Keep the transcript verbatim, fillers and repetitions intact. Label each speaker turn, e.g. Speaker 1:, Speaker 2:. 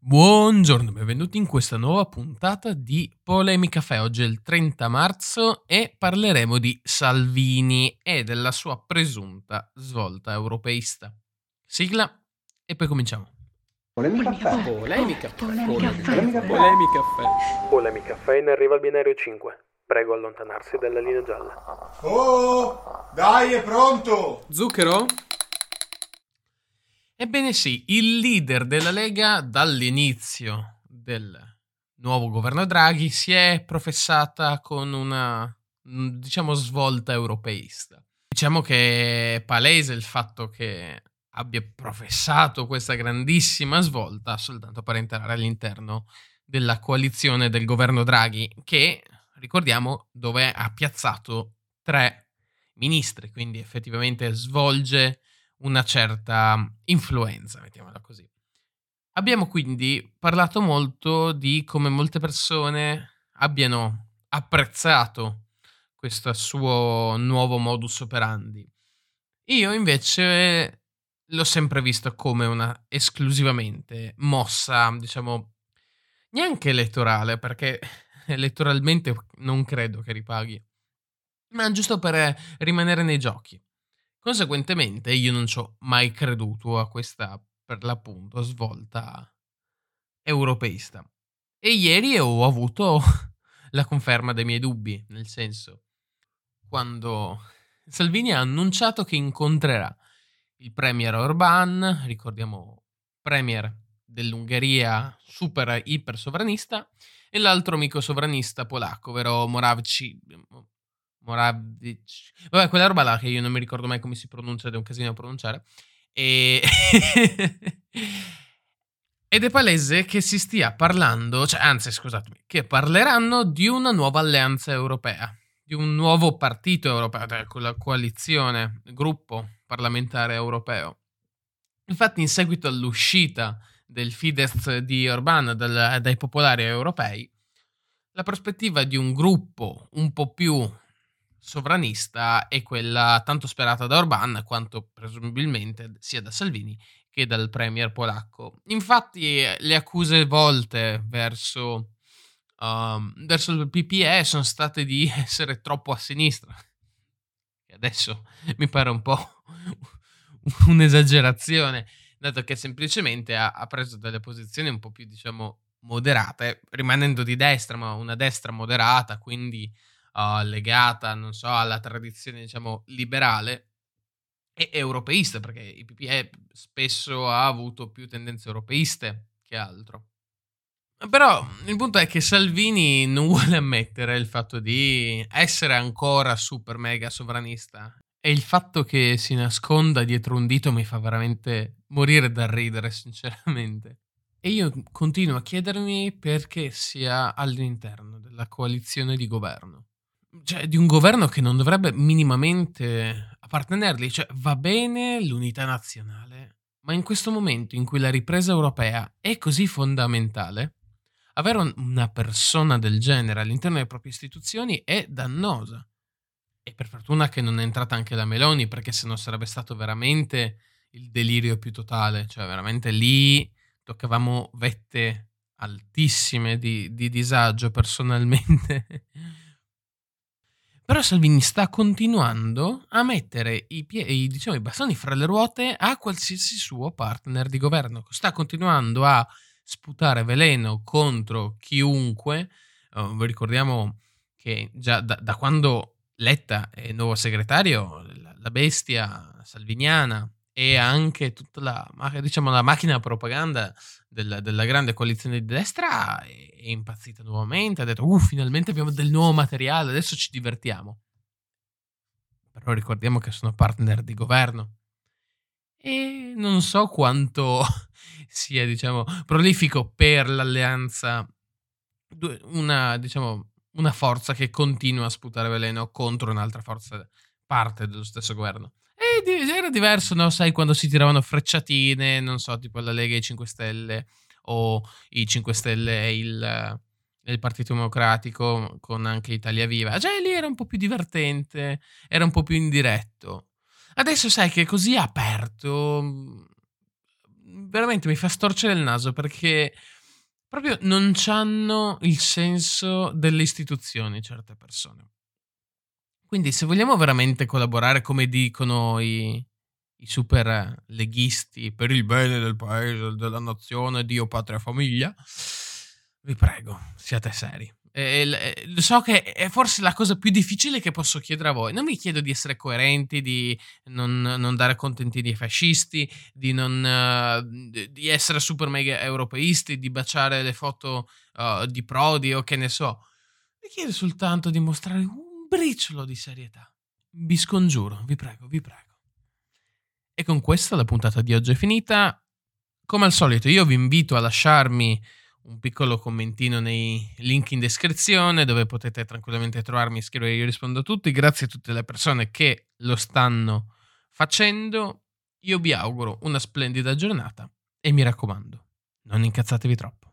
Speaker 1: Buongiorno, benvenuti in questa nuova puntata di Polemicaffè. Oggi è il trenta marzo e parleremo di Salvini e della sua presunta svolta europeista. Sigla e poi cominciamo.
Speaker 2: Polemicaffè.
Speaker 3: Polemicaffè.
Speaker 2: Polemicaffè.
Speaker 3: Polemicaffè.
Speaker 1: Polemicaffè in arrivo al binario cinque. Prego allontanarsi dalla linea gialla.
Speaker 4: Oh, dai, è pronto!
Speaker 3: Zucchero?
Speaker 1: Ebbene sì, il leader della Lega dall'inizio del nuovo governo Draghi si è professata con una, diciamo, svolta europeista. Diciamo che è palese il fatto che abbia professato questa grandissima svolta soltanto per entrare all'interno della coalizione del governo Draghi, che, ricordiamo, dove ha piazzato tre ministri, quindi effettivamente svolge una certa influenza, mettiamola così. Abbiamo quindi parlato molto di come molte persone abbiano apprezzato questo suo nuovo modus operandi. Io invece l'ho sempre visto come una esclusivamente mossa, diciamo, neanche elettorale, perché elettoralmente non credo che ripaghi, ma giusto per rimanere nei giochi. Conseguentemente io non ci ho mai creduto a questa, per l'appunto, svolta europeista. E ieri ho avuto la conferma dei miei dubbi, nel senso, quando Salvini ha annunciato che incontrerà il premier Orbán, ricordiamo premier dell'Ungheria super iper sovranista, e l'altro amico sovranista polacco, ovvero Moravci Moravic. Vabbè, quella roba là che io non mi ricordo mai come si pronuncia, ed è un casino a pronunciare. E ed è palese che si stia parlando, cioè anzi, scusatemi, che parleranno di una nuova alleanza europea, di un nuovo partito europeo, cioè con la coalizione, gruppo parlamentare europeo. Infatti, in seguito all'uscita del Fidesz di Orbán dal, dai popolari europei, la prospettiva di un gruppo un po' più sovranista è quella tanto sperata da Orbán quanto presumibilmente sia da Salvini che dal premier polacco. Infatti le accuse volte verso, um, verso il P P E sono state di essere troppo a sinistra, che adesso mi pare un po' un'esagerazione, dato che semplicemente ha, ha preso delle posizioni un po' più, diciamo, moderate, rimanendo di destra, ma una destra moderata, quindi uh, legata, non so, alla tradizione, diciamo, liberale e europeista, perché il P P E spesso ha avuto più tendenze europeiste che altro. Però il punto è che Salvini non vuole ammettere il fatto di essere ancora super mega sovranista, e il fatto che si nasconda dietro un dito mi fa veramente morire da ridere, sinceramente. E io continuo a chiedermi perché sia all'interno della coalizione di governo. Cioè, di un governo che non dovrebbe minimamente appartenergli. Cioè, va bene l'unità nazionale, ma in questo momento in cui la ripresa europea è così fondamentale, avere un- una persona del genere all'interno delle proprie istituzioni è dannosa. E per fortuna che non è entrata anche la Meloni, perché sennò sarebbe stato veramente il delirio più totale. Cioè, veramente lì toccavamo vette altissime di, di disagio personalmente. Però Salvini sta continuando a mettere i, pie- i, diciamo, i bastoni fra le ruote a qualsiasi suo partner di governo. Sta continuando a sputare veleno contro chiunque. Uh, vi ricordiamo che già da, da quando Letta è nuovo segretario, la, la bestia salviniana e anche tutta la, ma- diciamo, la macchina propaganda del- della grande coalizione di destra è, è impazzita nuovamente. Ha detto, uh, finalmente abbiamo del nuovo materiale, adesso ci divertiamo. Però ricordiamo che sono partner di governo e non so quanto sia, diciamo, prolifico per l'alleanza due- una, diciamo, una forza che continua a sputare veleno contro un'altra forza parte dello stesso governo. E di- era diverso, no? Sai, quando si tiravano frecciatine, non so, tipo la Lega e i cinque Stelle o i cinque Stelle e il, e il Partito Democratico con anche Italia Viva. Già lì era un po' più divertente, era un po' più indiretto. Adesso sai che è così aperto, mh, veramente mi fa storcere il naso perché Proprio non c'hanno il senso delle istituzioni certe persone. Quindi se vogliamo veramente collaborare come dicono i i super leghisti per il bene del paese, della nazione, Dio, patria, famiglia, vi prego, siate seri. E l ehm, so che è forse la cosa più difficile che posso chiedere a voi. Non vi chiedo di essere coerenti, di non non dare contentini ai fascisti, di non mhmm, d di essere super mega europeisti, di baciare le foto, uhm, di Prodi o che ne so. Vi chiedo soltanto di mostrare un briciolo di serietà. Vi scongiuro, vi prego, vi prego. E con questo la puntata di oggi è finita. Come al solito io vi invito a lasciarmi un piccolo commentino nei link in descrizione dove potete tranquillamente trovarmi e scrivere, io rispondo a tutti. Grazie a tutte le persone che lo stanno facendo. Io vi auguro una splendida giornata e mi raccomando, non incazzatevi troppo.